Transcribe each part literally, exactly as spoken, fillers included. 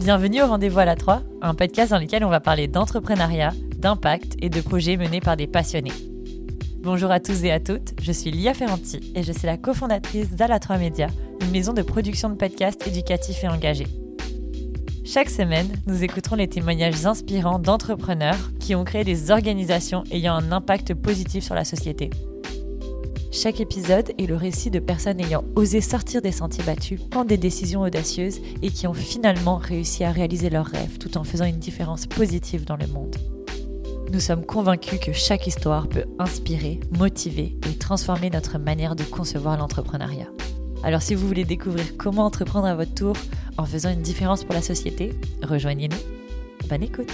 Bienvenue au Rendez-vous à la trois, un podcast dans lequel on va parler d'entrepreneuriat, d'impact et de projets menés par des passionnés. Bonjour à tous et à toutes, je suis Lia Ferranti et je suis la cofondatrice d'A la trois Média, une maison de production de podcasts éducatifs et engagés. Chaque semaine, nous écouterons les témoignages inspirants d'entrepreneurs qui ont créé des organisations ayant un impact positif sur la société. Chaque épisode est le récit de personnes ayant osé sortir des sentiers battus, prendre des décisions audacieuses et qui ont finalement réussi à réaliser leurs rêves tout en faisant une différence positive dans le monde. Nous sommes convaincus que chaque histoire peut inspirer, motiver et transformer notre manière de concevoir l'entrepreneuriat. Alors si vous voulez découvrir comment entreprendre à votre tour en faisant une différence pour la société, rejoignez-nous. Bonne écoute!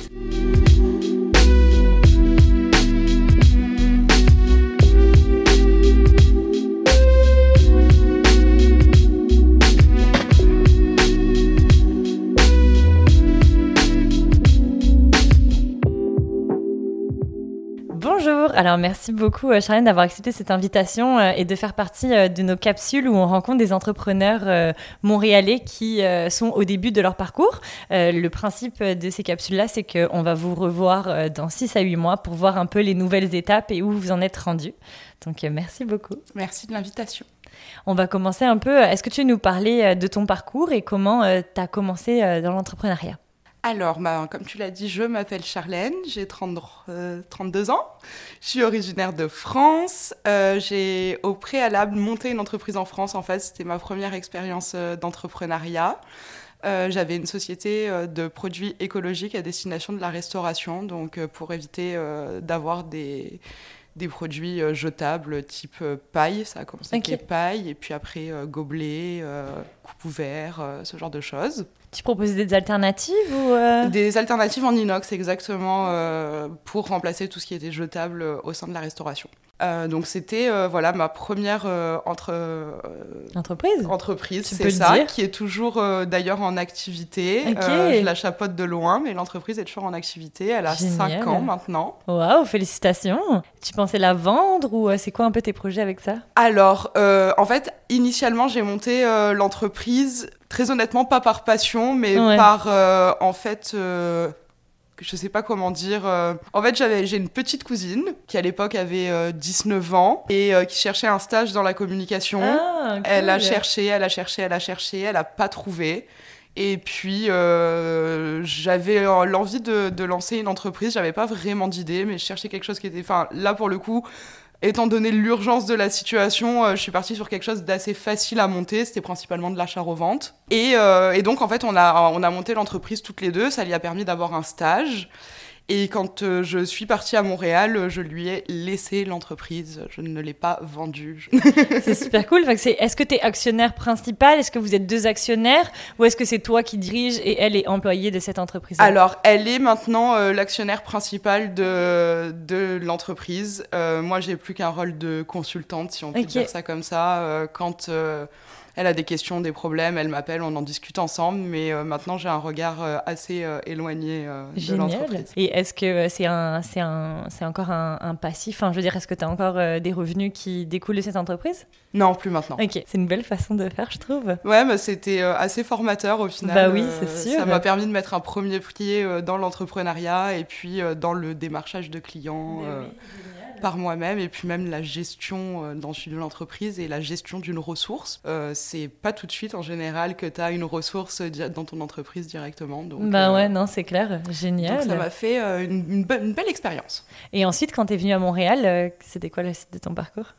Bonjour, alors merci beaucoup Charlène d'avoir accepté cette invitation et de faire partie de nos capsules où on rencontre des entrepreneurs montréalais qui sont au début de leur parcours. Le principe de ces capsules-là, c'est qu'on va vous revoir dans six à huit mois pour voir un peu les nouvelles étapes et où vous en êtes rendus. Donc merci beaucoup. Merci de l'invitation. On va commencer un peu. Est-ce que tu veux nous parler de ton parcours et comment tu as commencé dans l'entrepreneuriat ? Alors, bah, comme tu l'as dit, je m'appelle Charlène, j'ai trente, euh, trente-deux ans, je suis originaire de France, euh, j'ai au préalable monté une entreprise en France, en fait, c'était ma première expérience euh, d'entrepreneuriat. Euh, j'avais une société euh, de produits écologiques à destination de la restauration, donc euh, pour éviter euh, d'avoir des... des produits euh, jetables type euh, paille, ça a commencé okay. avec les pailles, et puis après euh, gobelets, euh, coupe-ouverts, euh, ce genre de choses. Tu proposes des alternatives ou euh... Des alternatives en inox, exactement, euh, pour remplacer tout ce qui était jetable euh, au sein de la restauration. Euh, donc c'était euh, voilà ma première euh, entre euh, entreprise entreprise tu c'est ça qui est toujours euh, d'ailleurs en activité. Okay. Euh, je la chapeaute de loin, mais l'entreprise est toujours en activité. Elle a cinq ans maintenant. Waouh, félicitations. Tu pensais la vendre ou euh, c'est quoi un peu tes projets avec ça? Alors euh, en fait initialement j'ai monté euh, l'entreprise très honnêtement pas par passion mais ouais. par euh, en fait euh, je sais pas comment dire. Euh... En fait, j'avais, j'ai une petite cousine qui, à l'époque, avait euh, dix-neuf ans et euh, qui cherchait un stage dans la communication. Ah, cool. Elle a cherché, elle a cherché, elle a cherché, elle a pas trouvé. Et puis, euh, j'avais l'envie de, de lancer une entreprise. J'avais pas vraiment d'idée, mais je cherchais quelque chose qui était... Enfin, là, pour le coup... Étant donné l'urgence de la situation, euh, je suis partie sur quelque chose d'assez facile à monter. C'était principalement de l'achat-revente. Et, euh, et donc, en fait, on a, on a monté l'entreprise toutes les deux. Ça lui a permis d'avoir un stage. Et quand euh, je suis partie à Montréal, je lui ai laissé l'entreprise. Je ne l'ai pas vendue. C'est super cool. Enfin, c'est, est-ce que tu es actionnaire principal? Est-ce que vous êtes deux actionnaires? Ou est-ce que c'est toi qui dirige et elle est employée de cette entreprise? Alors, elle est maintenant euh, l'actionnaire principal de, de l'entreprise. Euh, moi, j'ai plus qu'un rôle de consultante, si on peut okay. dire ça comme ça. Euh, quand... Euh, Elle a des questions, des problèmes, elle m'appelle, on en discute ensemble, mais euh, maintenant j'ai un regard euh, assez euh, éloigné euh, de l'entreprise. Et est-ce que c'est, un, c'est, un, c'est encore un, un passif? Enfin, je veux dire, est-ce que tu as encore euh, des revenus qui découlent de cette entreprise? Non, plus maintenant. Ok, c'est une belle façon de faire, je trouve. Ouais, bah, c'était euh, assez formateur au final. Bah oui, c'est sûr. Ça m'a permis de mettre un premier pied euh, dans l'entrepreneuriat et puis euh, dans le démarchage de clients. Euh, oui, par moi-même, et puis même la gestion euh, dans une entreprise et la gestion d'une ressource. Euh, c'est pas tout de suite en général que tu as une ressource di- dans ton entreprise directement. Donc, bah euh, ouais, non, c'est clair, génial. Donc ça m'a fait euh, une, une, be- une belle expérience. Et ensuite, quand tu es venue à Montréal, euh, c'était quoi la suite de ton parcours?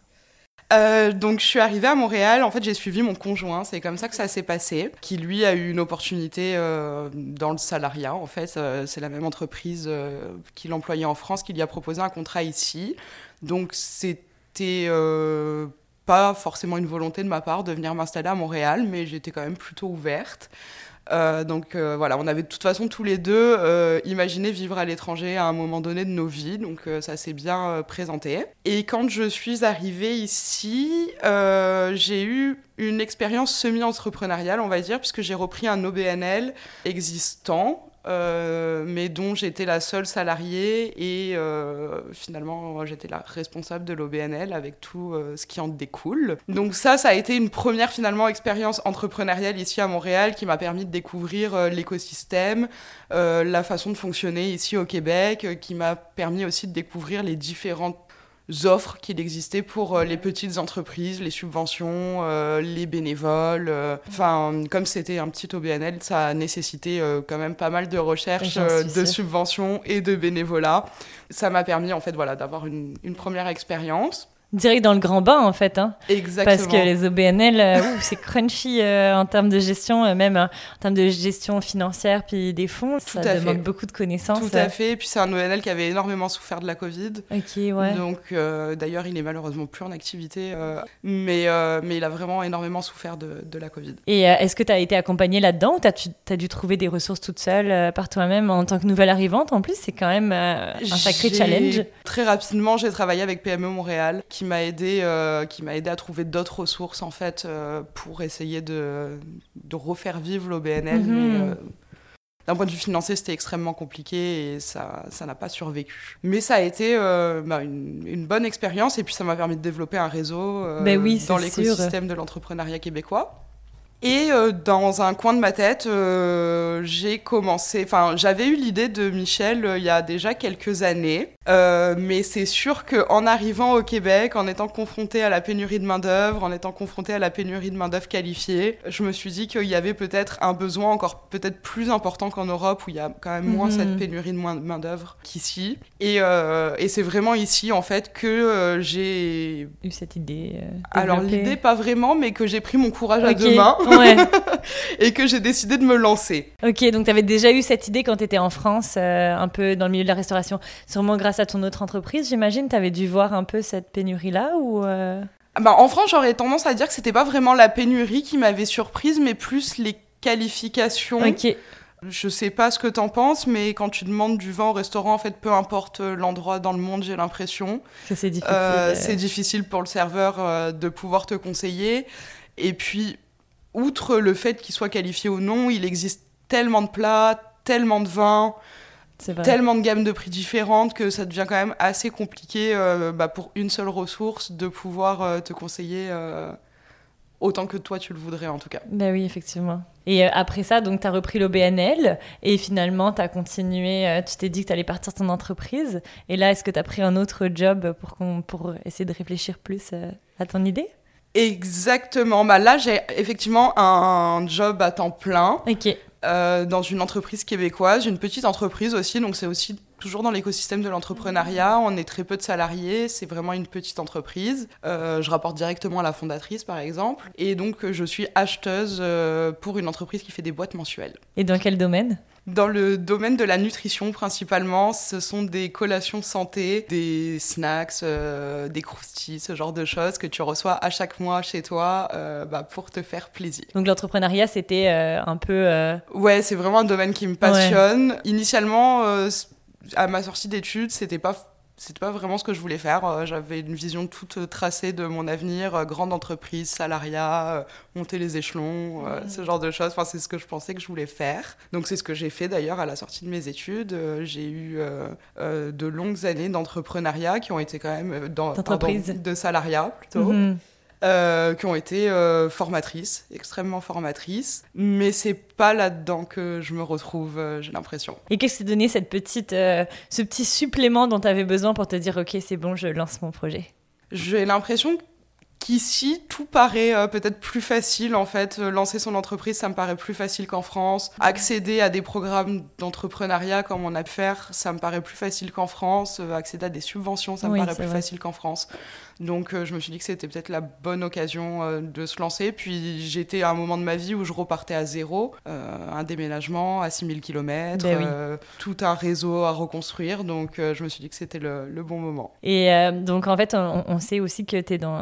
Euh, donc je suis arrivée à Montréal, en fait j'ai suivi mon conjoint, c'est comme ça que ça s'est passé, qui lui a eu une opportunité euh, dans le salariat en fait, euh, c'est la même entreprise euh, qui l'employait en France qui lui a proposé un contrat ici, donc c'était euh, pas forcément une volonté de ma part de venir m'installer à Montréal, mais j'étais quand même plutôt ouverte. Euh, donc euh, voilà, on avait de toute façon tous les deux euh, imaginé vivre à l'étranger à un moment donné de nos vies, donc euh, ça s'est bien euh, présenté. Et quand je suis arrivée ici, euh, j'ai eu une expérience semi-entrepreneuriale, on va dire, puisque j'ai repris un O B N L existant euh, mais dont j'étais la seule salariée et euh, finalement j'étais la responsable de l'O B N L avec tout euh, ce qui en découle. Donc ça, ça a été une première finalement expérience entrepreneuriale ici à Montréal qui m'a permis de découvrir euh, l'écosystème, euh, la façon de fonctionner ici au Québec, euh, qui m'a permis aussi de découvrir les différentes offres qu'il existait pour euh, les petites entreprises, les subventions, euh, les bénévoles. Enfin, euh, comme c'était un petit O B N L, ça a nécessité euh, quand même pas mal de recherches, euh, de subventions et de bénévolat. Ça m'a permis en fait voilà d'avoir une, une première expérience. Direct dans le grand bain, en fait. Hein. Exactement. Parce que les O B N L, euh, ouf, c'est crunchy euh, en termes de gestion, euh, même euh, en termes de gestion financière, puis des fonds. Tout ça demande fait. beaucoup de connaissances. Tout à fait. Et puis, c'est un O B N L qui avait énormément souffert de la Covid. Ok, ouais. Donc, euh, d'ailleurs, il est malheureusement plus en activité. Euh, mais, euh, mais il a vraiment énormément souffert de, de la Covid. Et euh, est-ce que tu as été accompagnée là-dedans ou tu as dû trouver des ressources toute seule euh, par toi-même en tant que nouvelle arrivante? En plus, c'est quand même euh, un sacré j'ai... challenge. Très rapidement, j'ai travaillé avec P M E Montréal, qui m'a aidé... Euh, qui m'a aidé à trouver d'autres ressources en fait euh, pour essayer de, de refaire vivre l'O B N L. Mm-hmm. Mais euh, d'un point de vue financier, c'était extrêmement compliqué et ça, ça n'a pas survécu. Mais ça a été euh, bah, une, une bonne expérience et puis ça m'a permis de développer un réseau euh, ben oui, dans l'écosystème sûr. de l'entrepreneuriat québécois. Et euh, dans un coin de ma tête, euh, j'ai commencé... Enfin, j'avais eu l'idée de Michel euh, il y a déjà quelques années. Euh, mais c'est sûr qu'en arrivant au Québec, en étant confrontée à la pénurie de main-d'œuvre, en étant confrontée à la pénurie de main-d'œuvre qualifiée, je me suis dit qu'il y avait peut-être un besoin encore peut-être plus important qu'en Europe, où il y a quand même moins mmh. cette pénurie de main-d'œuvre qu'ici. Et, euh, et c'est vraiment ici, en fait, que euh, j'ai... eu cette idée euh, Alors, l'idée, pas vraiment, mais que j'ai pris mon courage okay. à deux mains. Ouais. Et que j'ai décidé de me lancer. Ok, donc tu avais déjà eu cette idée quand tu étais en France, euh, un peu dans le milieu de la restauration, sûrement grâce à ton autre entreprise, j'imagine. Tu avais dû voir un peu cette pénurie-là ou euh... bah, en France, j'aurais tendance à dire que c'était pas vraiment la pénurie qui m'avait surprise, mais plus les qualifications. Ok. Je sais pas ce que t'en penses, mais quand tu demandes du vin au restaurant, en fait, peu importe l'endroit dans le monde, j'ai l'impression que c'est difficile. Euh, c'est difficile pour le serveur euh, de pouvoir te conseiller. Et puis, outre le fait qu'il soit qualifié ou non, il existe tellement de plats, tellement de vins, tellement de gammes de prix différentes que ça devient quand même assez compliqué euh, bah, pour une seule ressource de pouvoir euh, te conseiller euh, autant que toi tu le voudrais en tout cas. Ben oui, effectivement. Et euh, après ça, donc tu as repris l'O B N L et finalement tu as continué, euh, tu t'es dit que tu allais partir de ton entreprise. Et là, est-ce que tu as pris un autre job pour, qu'on, pour essayer de réfléchir plus euh, à ton idée ? Exactement. Bah là, j'ai effectivement un job à temps plein okay. euh, dans une entreprise québécoise, une petite entreprise aussi. Donc, c'est aussi toujours dans l'écosystème de l'entrepreneuriat. On est très peu de salariés. C'est vraiment une petite entreprise. Euh, je rapporte directement à la fondatrice, par exemple. Et donc, je suis acheteuse euh, pour une entreprise qui fait des boîtes mensuelles. Et dans quel domaine ? Dans le domaine de la nutrition, principalement, ce sont des collations santé, des snacks, euh, des croustilles, ce genre de choses que tu reçois à chaque mois chez toi euh, bah, pour te faire plaisir. Donc l'entrepreneuriat, c'était euh, un peu... Euh... Ouais, c'est vraiment un domaine qui me passionne. Ouais. Initialement, euh, à ma sortie d'études, c'était pas... C'était pas vraiment ce que je voulais faire. J'avais une vision toute tracée de mon avenir, grande entreprise, salariat, monter les échelons, mmh. ce genre de choses. Enfin, c'est ce que je pensais que je voulais faire. Donc, c'est ce que j'ai fait d'ailleurs à la sortie de mes études. J'ai eu euh, euh, de longues années d'entrepreneuriat qui ont été quand même dans, d'entreprise. Pardon, de salariat plutôt. Mmh. Euh, qui ont été euh, formatrices, extrêmement formatrices, mais c'est pas là-dedans que je me retrouve, euh, j'ai l'impression. Et qu'est-ce qui t'a donné cette petite, euh, ce petit supplément dont tu avais besoin pour te dire « Ok, c'est bon, je lance mon projet ». J'ai l'impression qu'ici, tout paraît euh, peut-être plus facile, en fait. Euh, lancer son entreprise, ça me paraît plus facile qu'en France. Accéder à des programmes d'entrepreneuriat comme on a pu faire, ça me paraît plus facile qu'en France. Euh, accéder à des subventions, ça me oui, paraît plus vrai. facile qu'en France. Donc, euh, je me suis dit que c'était peut-être la bonne occasion euh, de se lancer. Puis, j'étais à un moment de ma vie où je repartais à zéro. Euh, un déménagement à six mille kilomètres, ben oui. euh, tout un réseau à reconstruire. Donc, euh, je me suis dit que c'était le, le bon moment. Et euh, donc, en fait, on, on sait aussi que tu es dans, dans cette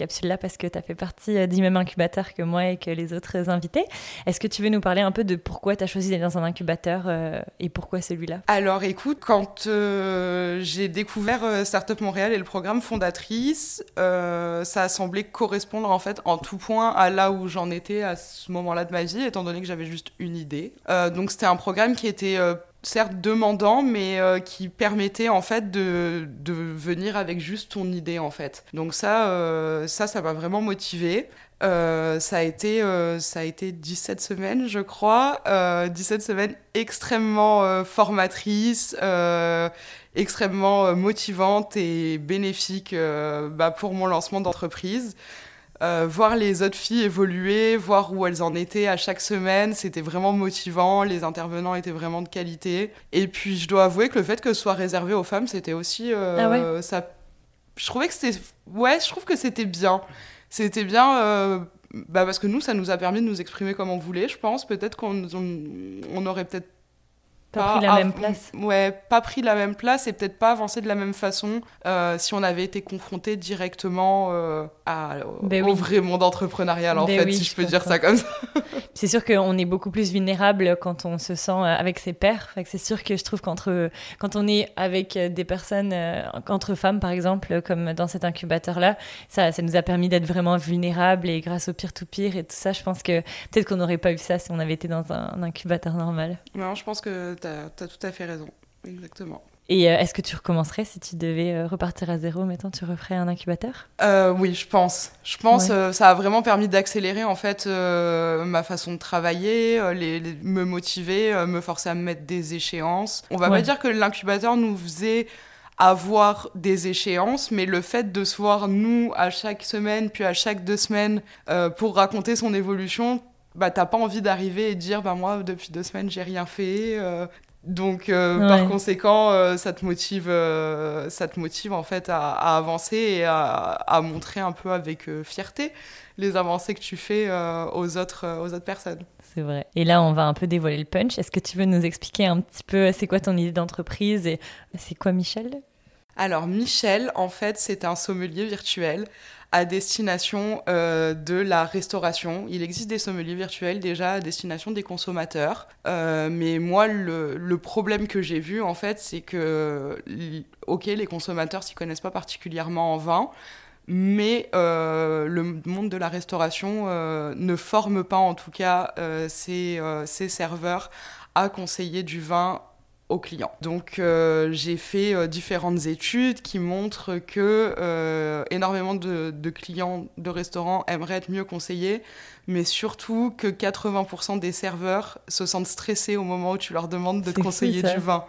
capsule-là parce que tu as fait partie du même incubateur que moi et que les autres invités. Est-ce que tu veux nous parler un peu de pourquoi tu as choisi d'aller dans un incubateur euh, et pourquoi celui-là ? Alors écoute, quand euh, j'ai découvert euh, Startup Montréal et le programme Fondatrice, euh, ça a semblé correspondre en fait en tout point à là où j'en étais à ce moment-là de ma vie, étant donné que j'avais juste une idée. Euh, donc c'était un programme qui était... Euh, certes demandant, mais euh, qui permettait en fait de, de venir avec juste ton idée en fait. Donc ça, euh, ça, ça m'a vraiment motivée. Euh, ça a été, euh, ça a été dix-sept semaines, je crois. Euh, dix-sept semaines extrêmement euh, formatrices, euh, extrêmement euh, motivantes et bénéfiques euh, bah, pour mon lancement d'entreprise. Euh, voir les autres filles évoluer, voir où elles en étaient à chaque semaine, c'était vraiment motivant, les intervenants étaient vraiment de qualité. Et puis je dois avouer que le fait que ce soit réservé aux femmes, c'était aussi... Euh, ah ouais. ça... Je trouvais que c'était... Ouais, je trouve que c'était bien. C'était bien euh, bah parce que nous, ça nous a permis de nous exprimer comme on voulait, je pense. Peut-être qu'on on, on aurait peut-être Pas, pas pris la av- même place. Ouais, pas pris la même place et peut-être pas avancé de la même façon euh, si on avait été confronté directement euh, à, ben au oui. vrai monde entrepreneurial, en ben fait, oui, si je, je peux comprends. dire ça comme ça. C'est sûr qu'on est beaucoup plus vulnérable quand on se sent avec ses pairs. Fait que c'est sûr que je trouve qu'entre quand on est avec des personnes, euh, entre femmes par exemple, comme dans cet incubateur-là, ça, ça nous a permis d'être vraiment vulnérables et grâce au peer-to-peer et tout ça, je pense que peut-être qu'on n'aurait pas eu ça si on avait été dans un, un incubateur normal. Non, je pense que t'as, t'as tout à fait raison. Exactement. Et euh, est-ce que tu recommencerais si tu devais euh, repartir à zéro, mettons, tu referais un incubateur ? euh, Oui, je pense. Je pense ouais. euh, ça a vraiment permis d'accélérer en fait euh, ma façon de travailler, euh, les, les, me motiver, euh, me forcer à me mettre des échéances. On va ouais. pas dire que l'incubateur nous faisait avoir des échéances, mais le fait de se voir nous à chaque semaine, puis à chaque deux semaines euh, pour raconter son évolution, bah t'as pas envie d'arriver et de dire bah moi depuis deux semaines j'ai rien fait. Euh, Donc, euh, ouais. par conséquent, euh, ça te motive, euh, ça te motive en fait à, à avancer et à, à montrer un peu avec euh, fierté les avancées que tu fais euh, aux autres, euh, aux autres personnes. C'est vrai. Et là, on va un peu dévoiler le punch. Est-ce que tu veux nous expliquer un petit peu c'est quoi ton idée d'entreprise et c'est quoi Michel ? Alors, Michel, en fait, c'est un sommelier virtuel à destination euh, de la restauration. Il existe des sommeliers virtuels déjà à destination des consommateurs. Euh, mais moi, le, le problème que j'ai vu, en fait, c'est que, ok, les consommateurs s'y connaissent pas particulièrement en vin, mais euh, le monde de la restauration euh, ne forme pas, en tout cas, euh, ses, euh, ses serveurs à conseiller du vin aux clients. Donc euh, j'ai fait euh, différentes études qui montrent que euh, énormément de, de clients de restaurants aimeraient être mieux conseillés, mais surtout que quatre-vingts pour cent des serveurs se sentent stressés au moment où tu leur demandes de te conseiller fou, du vin.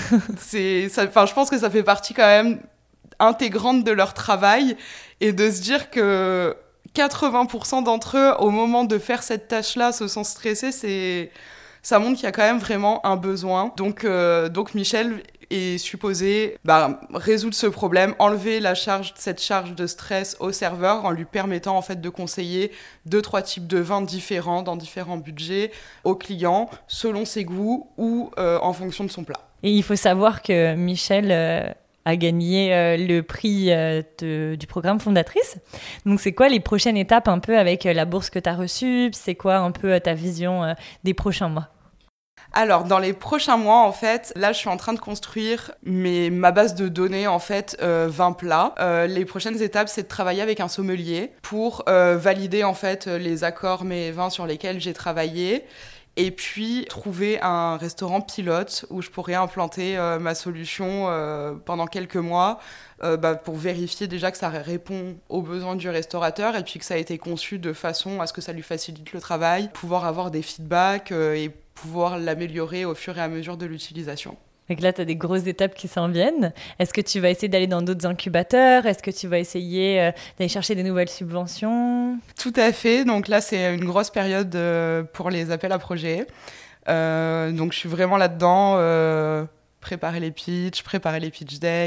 C'est, ça, enfin, je pense que ça fait partie quand même intégrante de leur travail et de se dire que quatre-vingts pour cent d'entre eux, au moment de faire cette tâche-là, se sentent stressés, c'est... ça montre qu'il y a quand même vraiment un besoin. Donc, euh, donc Michel est supposé bah, résoudre ce problème, enlever la charge, cette charge de stress au serveur en lui permettant en fait de conseiller deux, trois types de vins différents dans différents budgets aux clients selon ses goûts ou euh, en fonction de son plat. Et il faut savoir que Michel... Euh... a gagné euh, le prix euh, de, du programme Fondatrice. Donc, c'est quoi les prochaines étapes un peu avec euh, la bourse que tu as reçue ? C'est quoi un peu euh, ta vision euh, des prochains mois ? Alors, dans les prochains mois, en fait, là, je suis en train de construire mes, ma base de données, en fait, euh, vin plats. Euh, les prochaines étapes, c'est de travailler avec un sommelier pour euh, valider, en fait, les accords, mes vins sur lesquels j'ai travaillé. Et puis, trouver un restaurant pilote où je pourrais implanter euh, ma solution euh, pendant quelques mois euh, bah, pour vérifier déjà que ça répond aux besoins du restaurateur et puis que ça a été conçu de façon à ce que ça lui facilite le travail, pouvoir avoir des feedbacks euh, et pouvoir l'améliorer au fur et à mesure de l'utilisation. Donc là, tu as des grosses étapes qui s'en viennent. Est-ce que tu vas essayer d'aller dans d'autres incubateurs ? Est-ce que tu vas essayer euh, d'aller chercher des nouvelles subventions ? Tout à fait. Donc là, c'est une grosse période euh, pour les appels à projets. Euh, donc je suis vraiment là-dedans. Euh, préparer les pitchs, préparer les pitch decks,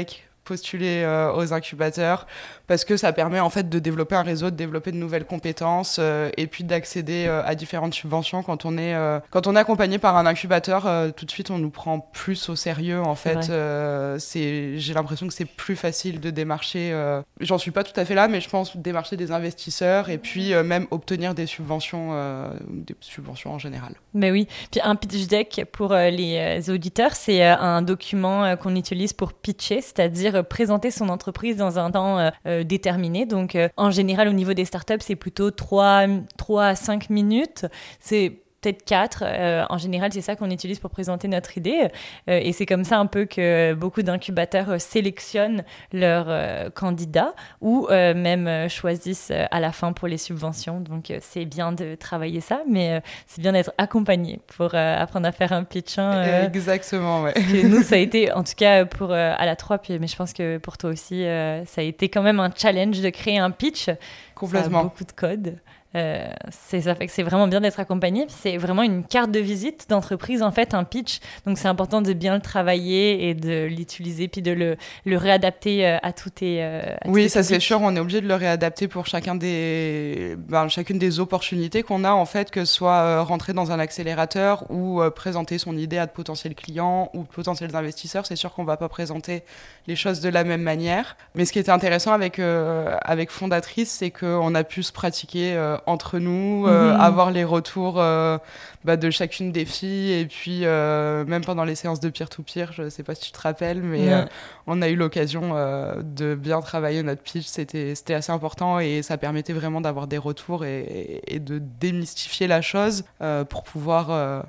postuler euh, aux incubateurs parce que ça permet en fait de développer un réseau, de développer de nouvelles compétences euh, et puis d'accéder euh, à différentes subventions. Quand on est euh, quand on est accompagné par un incubateur, euh, tout de suite on nous prend plus au sérieux en fait. Euh, c'est j'ai l'impression que c'est plus facile de démarcher. Euh, j'en suis pas tout à fait là, mais je pense démarcher des investisseurs et puis euh, même obtenir des subventions, euh, des subventions en général. Mais oui. Puis un pitch deck pour euh, les euh, auditeurs, c'est euh, un document euh, qu'on utilise pour pitcher, c'est-à-dire euh, présenter son entreprise dans un temps euh, euh, déterminé. Donc, euh, en général, au niveau des startups, c'est plutôt trois à cinq minutes. C'est peut-être quatre. Euh, en général, c'est ça qu'on utilise pour présenter notre idée. Euh, et c'est comme ça un peu que beaucoup d'incubateurs euh, sélectionnent leurs euh, candidats ou euh, même euh, choisissent euh, à la fin pour les subventions. Donc, euh, c'est bien de travailler ça, mais euh, c'est bien d'être accompagné pour euh, apprendre à faire un pitch. Hein, euh, Exactement, ouais. Parce que nous, ça a été, en tout cas pour euh, à la trois, puis, mais je pense que pour toi aussi, euh, ça a été quand même un challenge de créer un pitch. Complètement. Ça a beaucoup de code. Euh, c'est, ça fait que c'est vraiment bien d'être accompagné. C'est vraiment une carte de visite d'entreprise, en fait, un pitch. Donc, c'est important de bien le travailler et de l'utiliser, puis de le, le réadapter euh, à tout tes euh, à Oui, tes ça, publics. c'est sûr. On est obligé de le réadapter pour chacun des, ben, chacune des opportunités qu'on a, en fait, que ce soit euh, rentrer dans un accélérateur ou euh, présenter son idée à de potentiels clients ou de potentiels investisseurs. C'est sûr qu'on va pas présenter les choses de la même manière. Mais ce qui était intéressant avec, euh, avec Fondatrice, c'est qu'on a pu se pratiquer euh, entre nous, euh, mmh. avoir les retours euh, bah, de chacune des filles et puis euh, même pendant les séances de peer-to-peer, je sais pas si tu te rappelles, mais ouais. euh, on a eu l'occasion euh, de bien travailler notre pitch, c'était, c'était assez important et ça permettait vraiment d'avoir des retours et, et de démystifier la chose euh, pour pouvoir euh,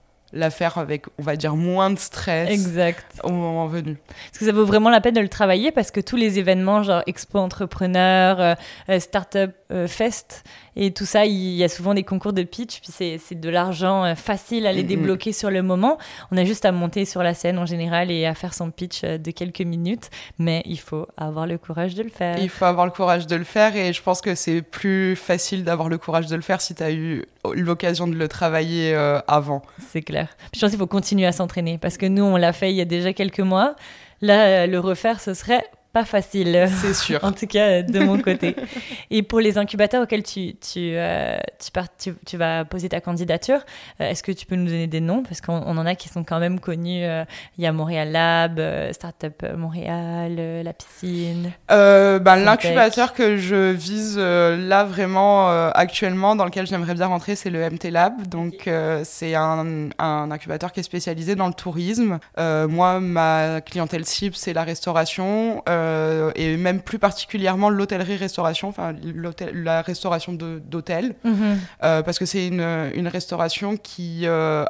la faire avec, on va dire, moins de stress exact. Au moment venu. Parce que ça vaut vraiment la peine de le travailler parce que tous les événements, genre Expo Entrepreneur, euh, Startup euh, Fest et tout ça, il y a souvent des concours de pitch, puis c'est, c'est de l'argent euh, facile à les mm-hmm. débloquer sur le moment. On a juste à monter sur la scène en général et à faire son pitch euh, de quelques minutes, mais il faut avoir le courage de le faire. Il faut avoir le courage de le faire et je pense que c'est plus facile d'avoir le courage de le faire si tu as eu l'occasion de le travailler euh, avant. C'est clair. Puis je pense qu'il faut continuer à s'entraîner parce que nous, on l'a fait il y a déjà quelques mois. Là, le refaire, ce serait pas facile. C'est sûr. En tout cas, de mon côté. Et pour les incubateurs auxquels tu, tu, euh, tu, pars, tu, tu vas poser ta candidature, euh, est-ce que tu peux nous donner des noms? Parce qu'on on en a qui sont quand même connus. Euh, il y a Montréal Lab, euh, Startup Montréal, euh, La Piscine. Euh, ben, l'incubateur que je vise euh, là vraiment euh, actuellement, dans lequel j'aimerais bien rentrer, c'est le M T Lab. Donc, euh, c'est un, un incubateur qui est spécialisé dans le tourisme. Euh, moi, ma clientèle cible, c'est la restauration. Euh, Euh, et même plus particulièrement l'hôtellerie-restauration, enfin l'hôtel, la restauration de, d'hôtels, mmh. euh, parce que c'est une, une restauration qui euh,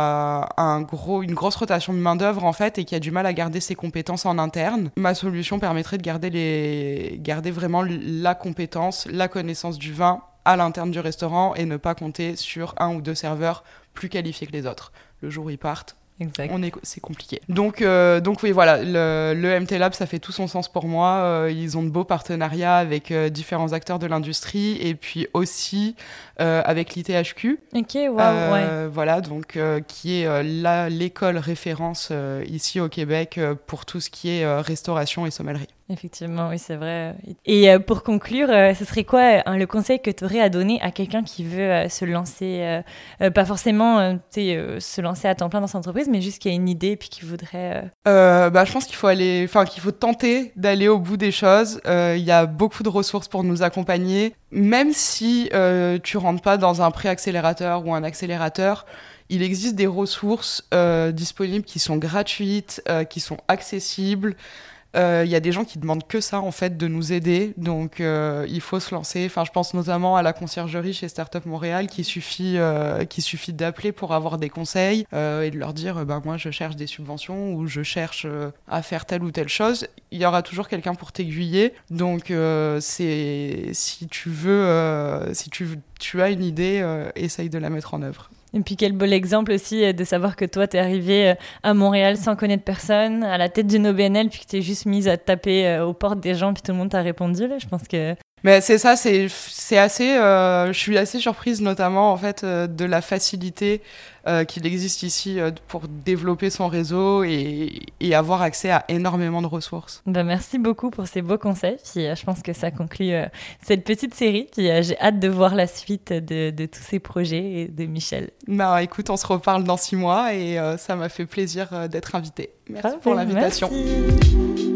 a un gros, une grosse rotation de main-d'œuvre en fait et qui a du mal à garder ses compétences en interne. Ma solution permettrait de garder, les, garder vraiment la compétence, la connaissance du vin à l'interne du restaurant et ne pas compter sur un ou deux serveurs plus qualifiés que les autres. Le jour où ils partent, Exact. On est, c'est compliqué. Donc, euh, donc oui, voilà, le, le M T Lab, ça fait tout son sens pour moi. Euh, ils ont de beaux partenariats avec euh, différents acteurs de l'industrie et puis aussi euh, avec l'I T H Q. Ok, wow, euh, ouais. Voilà, donc euh, qui est euh, la, l'école référence euh, ici au Québec euh, pour tout ce qui est euh, restauration et sommellerie. Effectivement, oui, c'est vrai. Et euh, pour conclure, euh, ce serait quoi euh, le conseil que tu aurais à donner à quelqu'un qui veut euh, se lancer, euh, euh, pas forcément euh, euh, se lancer à temps plein dans son entreprise, mais juste qui a une idée et puis qui voudrait... Euh... Euh, bah, je pense qu'il faut aller, enfin, qu'il faut tenter d'aller au bout des choses. Il euh, y a beaucoup de ressources pour nous accompagner. Même si euh, tu rentres pas dans un pré-accélérateur ou un accélérateur, il existe des ressources euh, disponibles qui sont gratuites, euh, qui sont accessibles. Il euh, y a des gens qui demandent que ça, en fait, de nous aider. Donc, euh, il faut se lancer. Enfin, je pense notamment à la conciergerie chez Startup Montréal, qu'il suffit, euh, qu'il suffit d'appeler pour avoir des conseils euh, et de leur dire, bah, moi, je cherche des subventions ou je cherche euh, à faire telle ou telle chose. Il y aura toujours quelqu'un pour t'aiguiller. Donc, euh, c'est, si tu veux, euh, si tu, tu as une idée, euh, essaye de la mettre en œuvre. Et puis quel bel exemple aussi de savoir que toi, t'es arrivé à Montréal sans connaître personne, à la tête d'une O B N L, puis que t'es juste mise à te taper aux portes des gens, puis tout le monde t'a répondu. Là. Je pense que Mais c'est ça, c'est, c'est assez, euh, je suis assez surprise notamment en fait euh, de la facilité euh, qu'il existe ici euh, pour développer son réseau et, et avoir accès à énormément de ressources. Ben, merci beaucoup pour ces beaux conseils. Puis, euh, je pense que ça conclut euh, cette petite série. Puis, euh, j'ai hâte de voir la suite de, de tous ces projets et de Michel. Bah écoute, on se reparle dans six mois et euh, ça m'a fait plaisir euh, d'être invitée. Merci Parfait, pour l'invitation. Merci.